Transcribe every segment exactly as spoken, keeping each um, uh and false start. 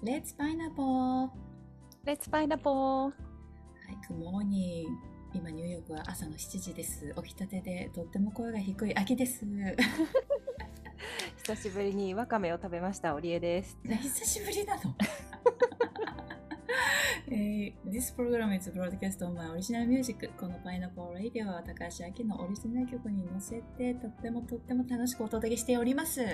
Let's pineapple! レッツパイナポー。 はい、Good morning. 今ニューヨークは朝のしちじです。起きたてでとっても声が低い秋です。 久しぶりにわかめを食べました。オリエです。 ね、久しぶりなの、えー、This program is broadcast on my original music. このパイナポーラディオは高橋明のオリジナル曲に乗せてとってもとっても楽しくお届けしております。はい、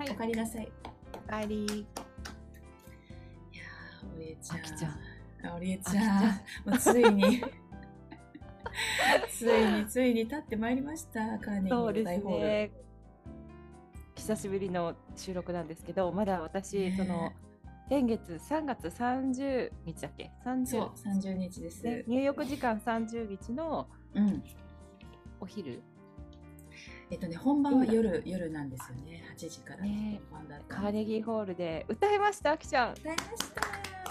おかえりなさい。 おかえり。いやー、オリエちゃん。 あきちゃん。 オリエちゃん。もうついに。ついについに立ってまいりました。カーネギーの大ホール。そうですね。 久しぶりの収録なんですけど、まだ私、ね、その先月さんがつさんじゅうにちだっけ？さんじゅうそう、さんじゅうにちです。 ね、ニューヨーク時間さんじゅうにちのお昼。うん、 えっとね、本番は夜夜なんですよね。はちじからね、 本番だった。 カーネギーホールで歌いました、あきちゃん。 歌いました。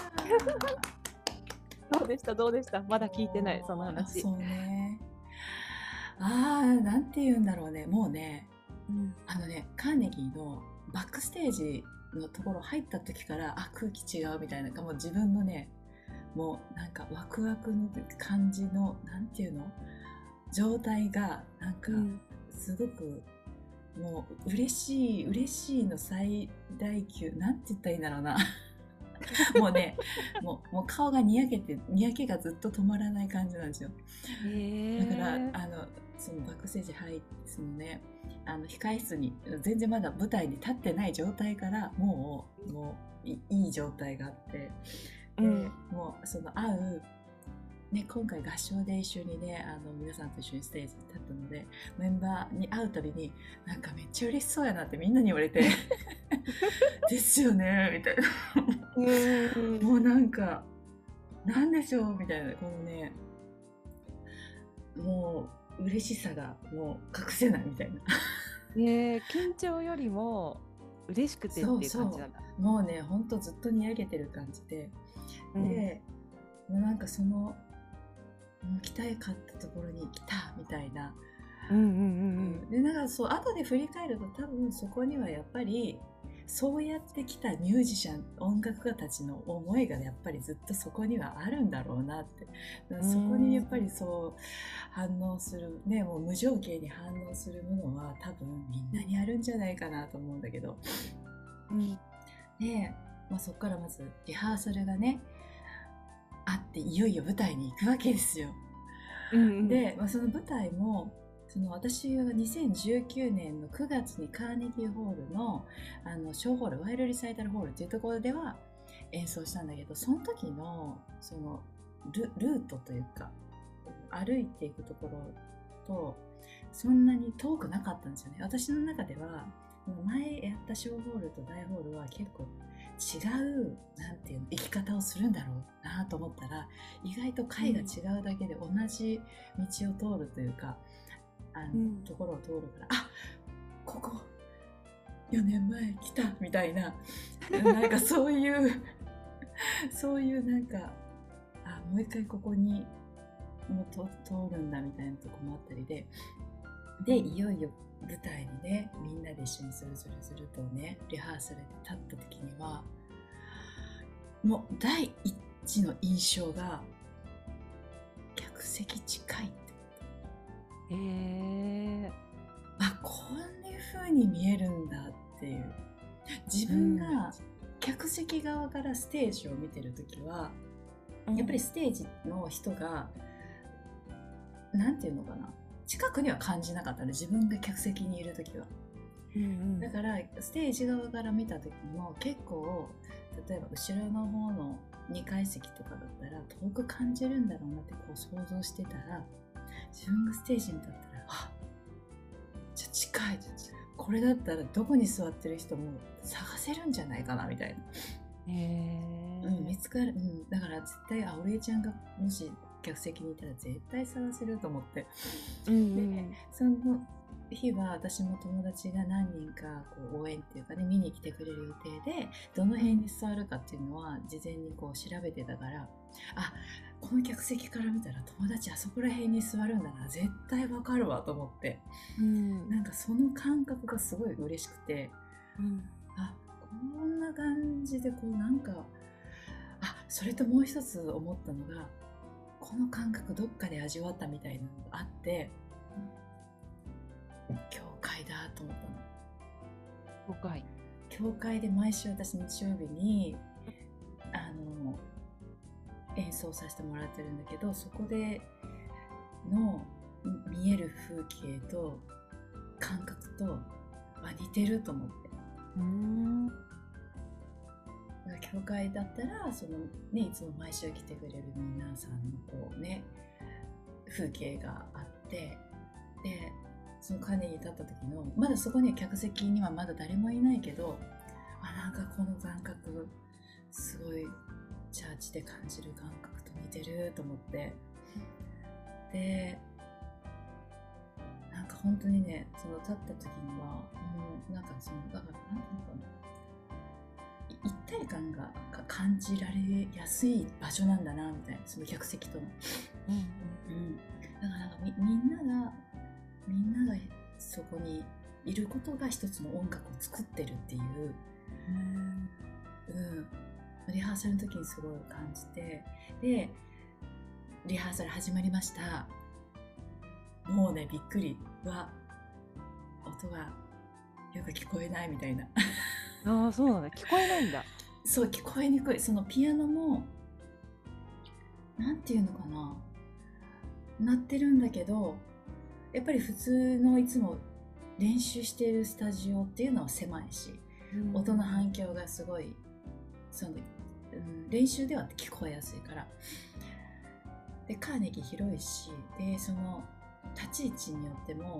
どうでしたどうでした？まだ聞いてないその話。 そうね。ああ、なんて言うんだろうね。もうね、うん、あのね、カーネギーのバックステージのところ入った時から、あ、空気違うみたいな、もう自分のね、もうなんかワクワクの感じの、なんていうの、状態がなんかすごく、うん、もう嬉しい嬉しいの最大級、なんて言ったらいいんだろうな。もうね、もう、もう顔がにやけて、にやけがずっと止まらない感じなんですよ。 へだからあのそのバックステージ入って、そのね、あの控室に全然まだ舞台に立ってない状態からもうもう い, いい状態があって、うん、でもうその会うね、今回合唱で一緒にね、あの皆さんと一緒にステージに立ったので、メンバーに会うたびになんかめっちゃ嬉しそうやなってみんなに言われてですよねみたいなもうなんかなんでしょうみたいな、このね、もう嬉しさがもう隠せないみたいなね、緊張よりも嬉しくてっていう感じなんだ。そうそう、 もうね、ほんとずっとにやけてる感じで、うん、でもうなんかそのもう来たかったところに来たみたいな、うんうんうんうん、でなんかそう後で振り返ると多分そこにはやっぱりそうやってきたミュージシャン、音楽家たちの思いがやっぱりずっとそこにはあるんだろうなって、そこにやっぱりそう反応するね、もう無条件に反応するものは多分みんなにあるんじゃないかなと思うんだけど、うん、で、まあ、そこからまずリハーサルがねあって、いよいよ舞台に行くわけですよ。うんうん、で、まあ、その舞台もその私はにせんじゅうきゅうねんのくがつにカーネギーホール の, あのショーホール、ワイルリサイタルホールっていうところでは演奏したんだけど、その時のその ル, ルートというか歩いていくところとそんなに遠くなかったんですよね。私の中では前やった小ホールと大ホールは結構違う、なんていうの、生き方をするんだろうなと思ったら、意外と階が違うだけで同じ道を通るというか、あの、うん、ところを通るから、あ、ここよねんまえ来たみたいな、なんかそういうそういうなんか、あ、もう一回ここにもうと通るんだみたいなとこもあったりで、でいよいよ舞台にね、みんなで一緒にスルスルするとね、リハーサルで立った時にはもう第一の印象が客席近いって。 へえー、 あ、こんな風に見えるんだっていう。自分が客席側からステージを見てる時は、うん、やっぱりステージの人がなんていうのかな、近くには感じなかったね、自分が客席にいる時は、うんうん、だからステージ側から見た時も結構、例えば後ろの方のにかい席とかだったら遠く感じるんだろうなってこう想像してたら、自分がステージに立ったら、あ、じゃあ近い、これだったらどこに座ってる人も探せるんじゃないかなみたいな、へー、うん、見つかる、うん、だから絶対、あ、お礼ちゃんがもし客席にいたら絶対探せると思って、うんうん、でその日は私も友達が何人かこう応援っていうかね、見に来てくれる予定で、どの辺に座るかっていうのは事前にこう調べてたから、あ、この客席から見たら友達あそこら辺に座るんだな、絶対わかるわと思って、うん、なんかその感覚がすごい嬉しくて、うん、あ、こんな感じでこうなんかそれともう一つ思ったのが、この感覚どっかで味わったみたいなのがあって、教会だと思ったの。 教会。 教会で毎週私日曜日にあの演奏させてもらってるんだけど、そこでの見える風景と感覚とは似てると思って。うーん、教会だったらその、ね、いつも毎週来てくれる皆さんのこう、ね、風景があって、でそのカーネギーに立った時の、まだそこには客席にはまだ誰もいないけど、あ、なんかこの感覚すごいチャーチで感じる感覚と似てると思って、でなんか本当にね、その立った時にはもうなんかそのだからなんていうのかな、一体感が感じられやすい場所なんだなみたいな、その客席との、うんうん、だからなんか み, みんながみんながそこにいることが一つの音楽を作ってるっていう、うん、うん、リハーサルの時にすごい感じて、でリハーサル始まりました。もうね、びっくりは音がよく聞こえないみたいな。 ああ、そうなんだ。聞こえないんだ。 そう、聞こえにくい。そのピアノもなんていうのかな、鳴ってるんだけど、やっぱり普通のいつも練習しているスタジオっていうのは狭いし、うん、音の反響がすごいその、うん、練習では聞こえやすいから。でカーネギー広いし、でその立ち位置によっても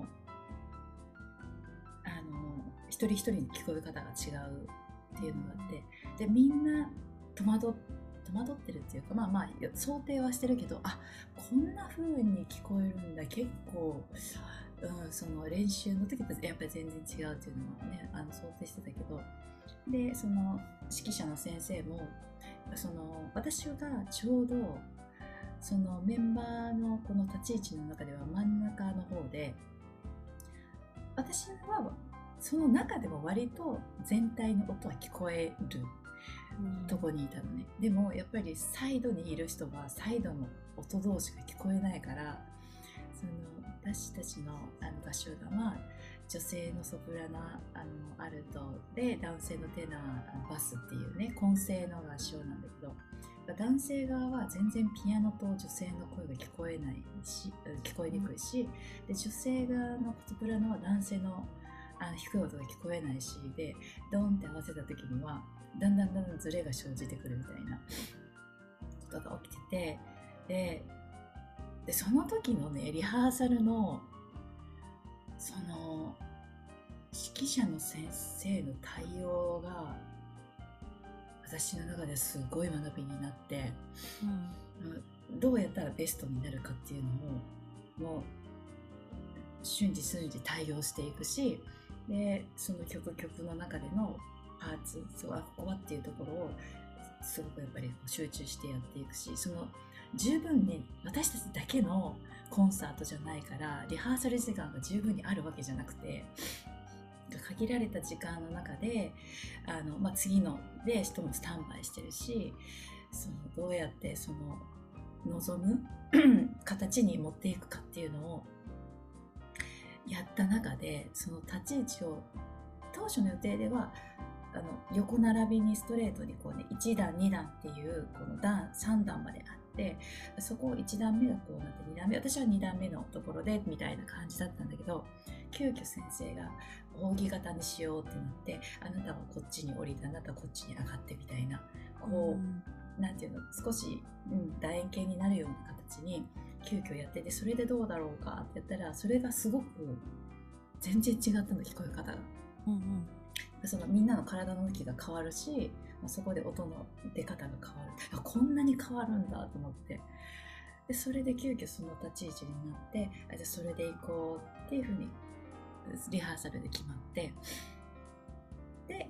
あの一人一人に聞こえ方が違うっていうのがあって、でみんな戸惑戸惑ってるっていうか、まあまあ想定はしてるけど、あ、こんな風に聞こえるんだ、結構、うん、その練習の時とやっぱり全然違うっていうのはね、あの想定してたけど、でその指揮者の先生もその私がちょうどそのメンバーのこの立ち位置の中では真ん中の方で、私はその中でも割と全体の音は聞こえるとこにいたのね、うん、でもやっぱりサイドにいる人はサイドの音同士が聞こえないから、その私たちのあの合唱団は女性のソプラノ、あのアルトで男性のテナー、バスっていうね混声の合唱なんだけど、男性側は全然ピアノと女性の声が聞こえないし、聞こえにくいし、で女性側のソプラノは男性のあの低い音が聞こえないし、でドンって合わせた時にはだんだんだんだんズレが生じてくるみたいなことが起きてて、ででその時のねリハーサルのその指揮者の先生の対応が私の中ですごい学びになって、うん、どうやったらベストになるかっていうのをもう瞬時瞬時対応していくし、でその曲曲の中でのパーツ、そう、あ、ここはっていうところをすごくやっぱり集中してやっていくし、その十分に私たちだけのコンサートじゃないからリハーサル時間が十分にあるわけじゃなくて、限られた時間の中であの、まあ、次ので人もスタンバイしてるし、そのどうやってその望む形に持っていくかっていうのをやった中で、その立ち位置を当初の予定ではあの横並びにストレートにこう、ね、いち段に段っていうこの段さん段まであって、そこをいち段目がこうなってに段目、私はに段目のところでみたいな感じだったんだけど、急遽先生が扇形にしようってなって、あなたはこっちに降りてあなたはこっちに上がってみたいな、こう、うん、なんていうの、少し、うん、楕円形になるような形に急遽やってて、それでどうだろうかってやったらそれがすごく全然違ったの、聞こえ方が、うんうん、そのみんなの体の向きが変わるし、そこで音の出方が変わる、こんなに変わるんだと思って、でそれで急遽その立ち位置になって、あ、じゃあそれで行こうっていうふうにリハーサルで決まって、で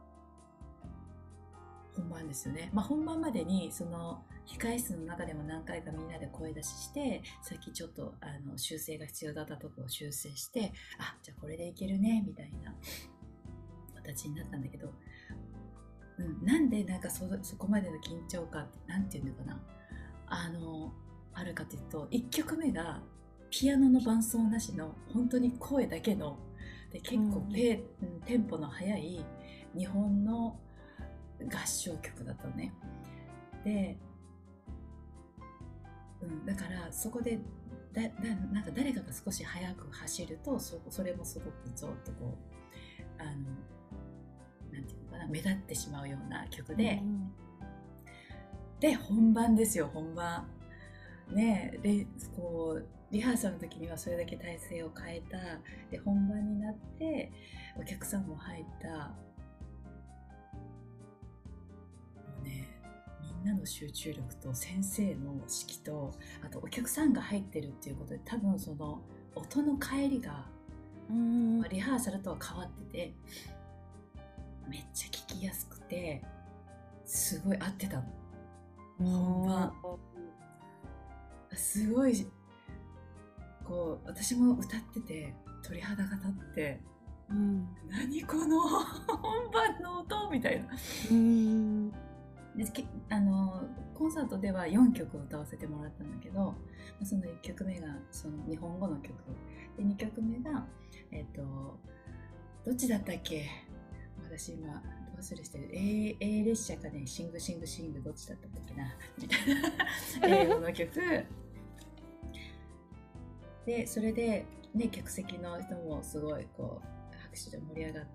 本番ですよね、まあ、本番までにその控室の中でも何回かみんなで声出しして、さっきちょっとあの修正が必要だったところを修正して、あ、じゃあこれでいけるねみたいな形になったんだけど、うん、なんでなんか そ, そこまでの緊張感ってなんていうのかな、あのあるかというと、いっきょくめがピアノの伴奏なしの本当に声だけので、結構ペ、うん、テンポの速い日本の合唱曲だったのね。で、うん、だからそこでだだなんか誰かが少し速く走ると そ, それもすごくちょっとこうあのなんていうのかな、目立ってしまうような曲で、うん、で本番ですよ、本番ね。でこうリハーサルの時にはそれだけ体勢を変えた。で本番になってお客さんも入った。もうね、みんなの集中力と先生の指揮と、あとお客さんが入ってるっていうことで、多分その音の帰りが、うんまあ、リハーサルとは変わってて、めっちゃ聞きやすくて、すごい合ってたの。本番すごいこう、私も歌ってて鳥肌が立って、うん、何この本番の音みたいな。うんであのコンサートではよんきょく歌わせてもらったんだけど、そのいっきょくめがその日本語の曲で、にきょくめが、えっと、どっちだったっけ、私今ど忘れしてる、A, A 列車かね、シングシングシングどっちだったっけなみたいな英語の曲で、それで、ね、客席の人もすごいこう拍手で盛り上がって、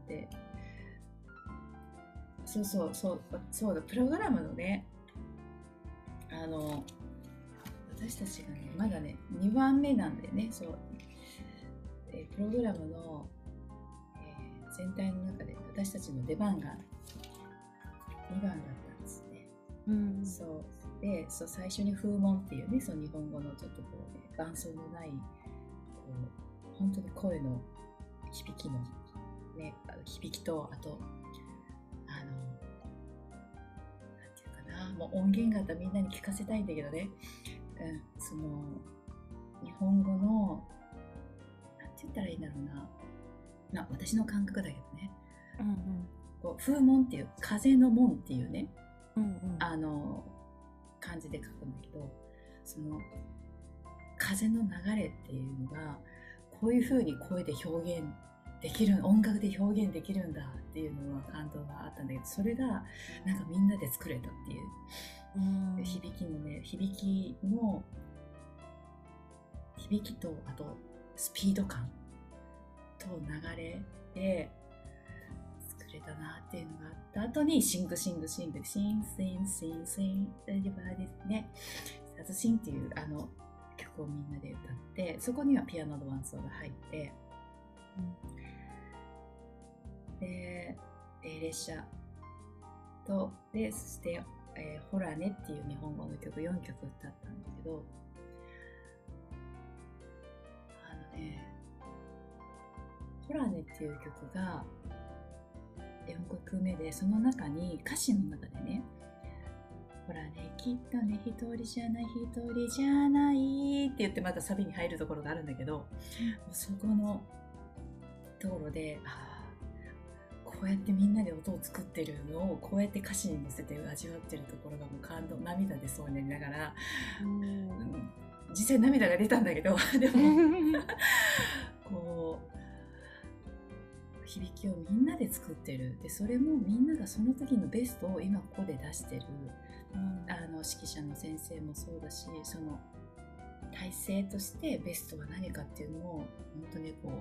そうそうそうそうだ、プログラムのね、あの私たちがねまだねにばんめなんだよね。そう、えー、プログラムの、えー、全体の中で私たちの出番がにばんだったんですね。うん、そうで、そう最初に風紋っていうね、その日本語のちょっとこう、ね、伴奏のないこう本当に声の響きのね、響きと、あとあのなんていうかな、もう音源があったらみんなに聞かせたいんだけどね、うん、その日本語のなんて言ったらいいんだろうな、な私の感覚だけどね、うんうん、こう風紋っていう風の門っていうね、うんうん、あの漢字で書くんだけど、その風の流れっていうのがこういう風に声で表現できる、音楽で表現できるんだっていうのは感動があったんだけど、それがなんかみんなで作れたっていう、うん、響きのね、響きの響きと、あとスピード感と流れで作れたなっていうのがあった後に、シングシングシングシンシンシンシン大丈夫ですね、サズシンっていうあの曲をみんなで歌って、そこにはピアノの伴奏が入って、うん、で、列車と、で、そして、えー、ホラネっていう日本語の曲よんきょく歌ったんだけど、あのね、ホラネっていう曲がよんきょくめで、その中に歌詞の中でね、ほらね、きっとね、一人じゃない、一人じゃないって言ってまたサビに入るところがあるんだけど、もうそこのところで、ああ、こうやってみんなで音を作ってるのをこうやって歌詞に乗せて味わってるところがもう感動、涙出そうになりながら、うん、実際涙が出たんだけど、でもこう響きをみんなで作ってる。でそれもみんながその時のベストを今ここで出してる。うん、あの指揮者の先生もそうだし、その体制としてベストは何かっていうのを本当にこう、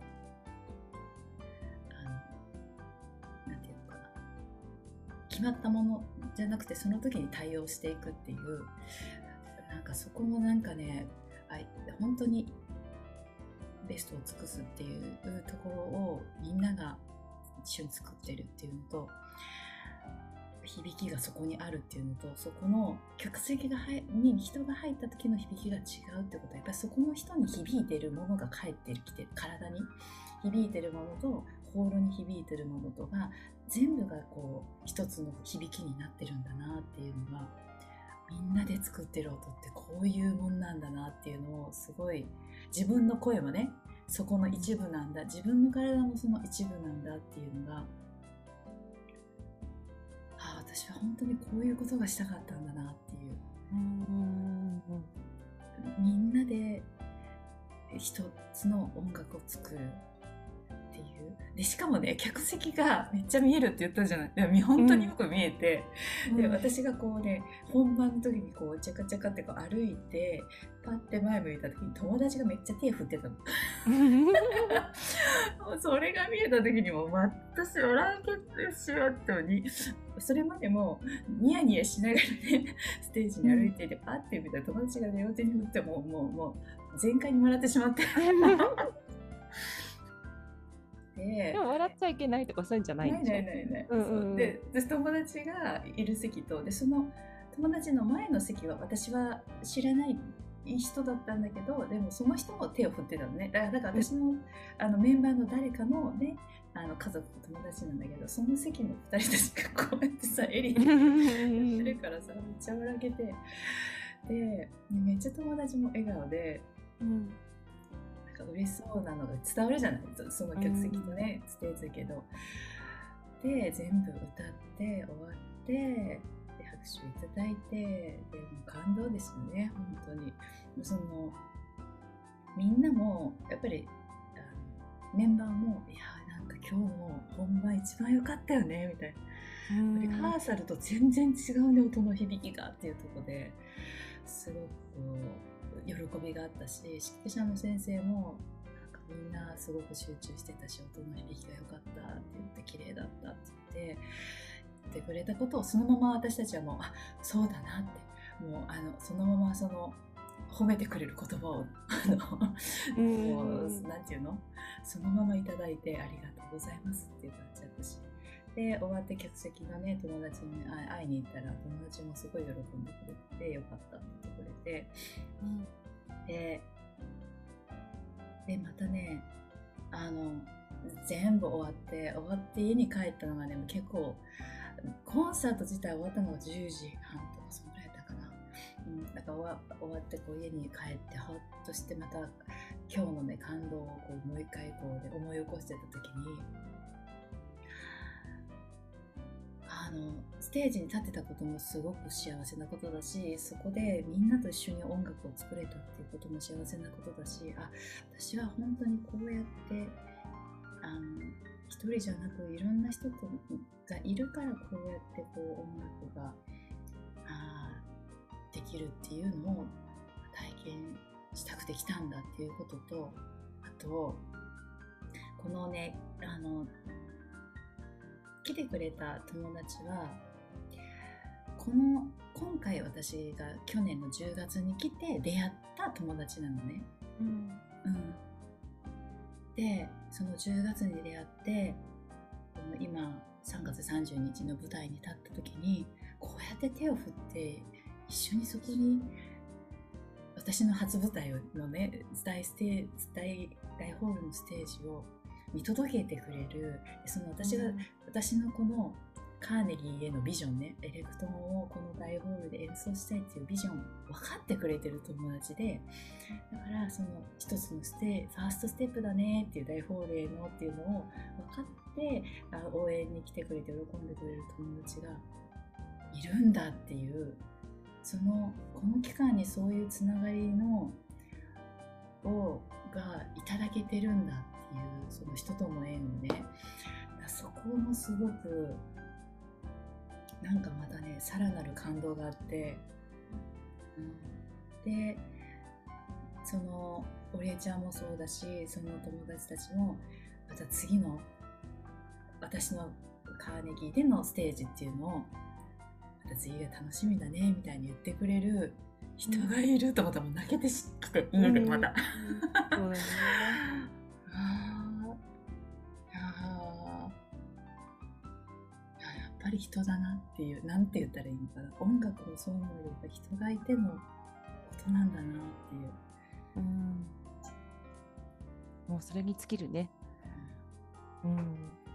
あのなんていうのかな、決まったものじゃなくてその時に対応していくっていう、なんかそこもなんかね、あ、本当にベストを尽くすっていうところをみんなが一緒に作ってるっていうのと、響きがそこにあるっていうのと、そこの客席が入に人が入った時の響きが違うってことは、やっぱりそこの人に響いてるものが返ってきてる、体に響いてるものとホールに響いてるものとが全部がこう一つの響きになってるんだなっていうのが、みんなで作ってる音ってこういうもんなんだなっていうのを、すごい自分の声もねそこの一部なんだ、自分の体もその一部なんだっていうのが、あ、私は本当にこういうことがしたかったんだなっていう一つの音楽を作るっていうで、しかもね客席がめっちゃ見えるって言ったじゃない。いや本当によく見えて、うん、で私がこうね本番の時にこうチャカチャカってこう歩いてパッて前向いた時に友達がめっちゃ手振ってたのもうそれが見えた時にも私笑けてしまったのに、それまでもニヤニヤしながらねステージに歩いていて、うん、パッて見たら友達が両手に振ってももうもう全開に笑ってしまってで, でも笑っちゃいけないとかそういうんじゃないんでしょ。 ないないないない、うんうん、で, で友達がいる席とでその友達の前の席は私は知らない人だったんだけど、でもその人も手を振ってたのね。だからだから私の、うん、あのメンバーの誰かのねあの家族と友達なんだけど、その席のふたりたちがこうやってさエリーやってるからさめっちゃ笑けて、でめっちゃ友達も笑顔で、うん嬉しそうなのが伝わるじゃない、その客席とね、うん、ステージだけど、で全部歌って終わってで拍手いただいて、でもう感動ですよね本当に。そのみんなもやっぱりあのメンバーもいやなんか今日の本番一番良かったよねみたいな、うん、リハーサルと全然違うね音の響きがっていうところですごくこう喜びがあったし、指揮者の先生もなんかみんなすごく集中してたし音の響きが良かったって言って綺麗だったって言って言ってくれたことをそのまま私たちはもうあそうだなってもうあのそのままその褒めてくれる言葉をあのもうなんていうのそのままいただいてありがとうございますっていう感じだったし、で終わって客席のね友達に会いに行ったら友達もすごい喜んでくれてよかったって言ってくれて、うん、で, でまたねあの全部終わって終わって家に帰ったのがね結構コンサート自体終わったのがじゅうじはんとかそのぐらいだったかな、うん、だから終 わ, 終わってこう家に帰ってほっとしてまた今日のね感動をこうもう一回こうで思い起こしてた時にあのステージに立ってたこともすごく幸せなことだし、そこでみんなと一緒に音楽を作れたっていうことも幸せなことだし、あ私は本当にこうやってあの一人じゃなくいろんな人とがいるからこうやってこう音楽があできるっていうのを体験したくてきたんだっていうことと、あとこのねあの来てくれた友達はこの今回私が去年のじゅうがつに来て出会った友達なのね、うんうん、でそのじゅうがつに出会って今さんがつさんじゅうにちの舞台に立った時にこうやって手を振って一緒にそこに私の初舞台のね大ステー大大ホールのステージを見届けてくれる、その私が、うん、私のこのカーネギーへのビジョンね、エレクトーンをこの大ホールで演奏したいっていうビジョン分かってくれてる友達で、だからその一つのステファーストステップだねっていう大ホールへのっていうのを分かって応援に来てくれて喜んでくれる友達がいるんだっていう、そのこの期間にそういうつながりのをがいただけてるんだっていうその人との縁をね、そこもすごくなんかまたねさらなる感動があって、うん、でそのお礼ちゃんもそうだしその友達たちもまた次の私のカーネギーでのステージっていうのをまた次が楽しみだねみたいに言ってくれる人がいると思ったらもう泣けてしきて家でまた、うん、そうだねやっぱり人だなっていう、なんて言ったらいいのかな、音楽もそうなので人がいてのことなんだなっていう、うん、 もうそれに尽きるね、うん、うん、 なの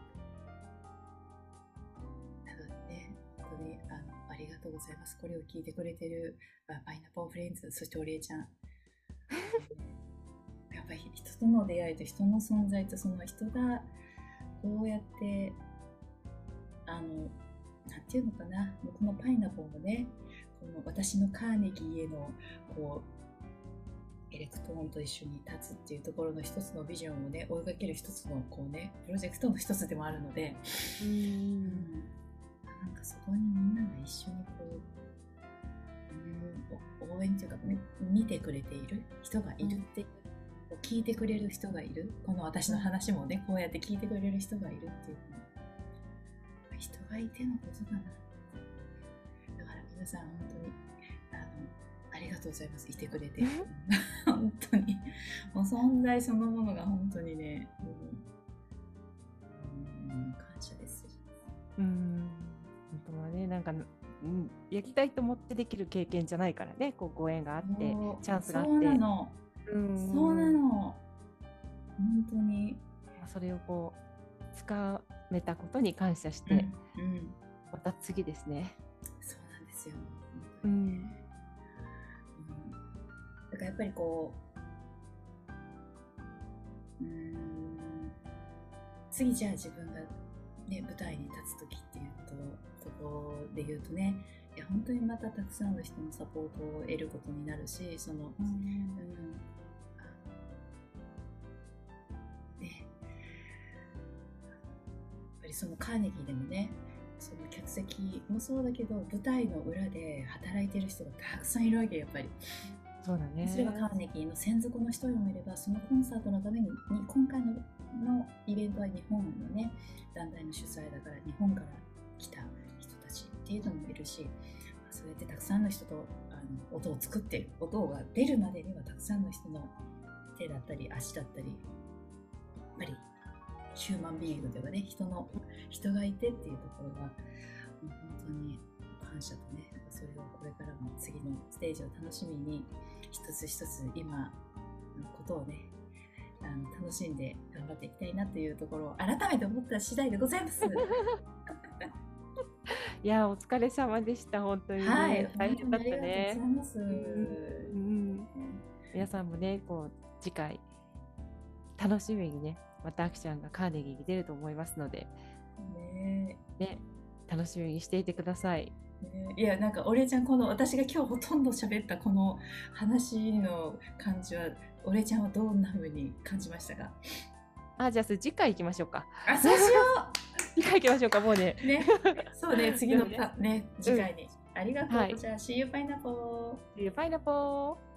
でね本当にあのありがとうございます。これを聞いてくれてるパイナポーフレンズ、そしておりえちゃんやっぱり人との出会いと人の存在とその人がこうやってあのなんていうのかな、このパイナポーもねこの私のカーネギーへのこエレクトーンと一緒に立つっていうところの一つのビジョンをね追いかける一つのこうねプロジェクトの一つでもあるので、うん、うん、なんかそこにみんなが一緒にこう、うん、応援というか見てくれている人がいるっていう、うん、聞いてくれる人がいる、この私の話もねこうやって聞いてくれる人がいるっていう人がいてのことだな。だから皆さん本当にあのありがとうございます。いてくれて本当にもう存在そのものが本当にね、うん、うん、感謝です。 うん、本当はね、なんか、うん、やりたいと思ってできる経験じゃないからね、こうご縁があってチャンスがあって、 そうなの、うん、そうなの、本当にそれをこうつかめたことに感謝して、うんうん、また次ですね。 そうなんですよ、 うん、 だからやっぱりこう、うーん、次じゃあ自分が、ね、舞台に立つ時っていうとところで言うとね、いや本当にまたたくさんの人のサポートを得ることになるし、その、うんうん、ね、やっぱりそのカーネギーでもね、その客席もそうだけど舞台の裏で働いてる人がたくさんいるわけ、やっぱり。 そうだね。 それはカーネギーの専属の人もいれば、そのコンサートのために今回 の, のイベントは日本のね団体の主催だから日本から来た人たちっていうのもいるし、そうやってたくさんの人とあの音を作っている、音が出るまでにはたくさんの人の手だったり足だったり、やっぱりヒューマンビーイングというかね、人の人がいてっていうところがもう本当に感謝とね、それをこれからも次のステージを楽しみに一つ一つ今のことをねあの楽しんで頑張っていきたいなというところを改めて思った次第でございますいやお疲れ様でした、本当に、ね、 はい、 大変だったね。 ありがとうございます、うんうん、 皆さんもねこう次回楽しみにねまたあきちゃんがカーネギーに出ると思いますので、 ねね、楽しみにしていてください。 ね、いやなんかお礼ちゃん、この私が今日ほとんど喋ったこの話の感じはお礼ちゃんはどんな風に感じましたか？ あ、じゃあ次回行きましょうか。 あ、そうしよう次回行きましょうか。もうねね、そうね、次のね、次回に、うん、ありがとう、 はい、 じゃあ See you pineapple。 See you pineapple。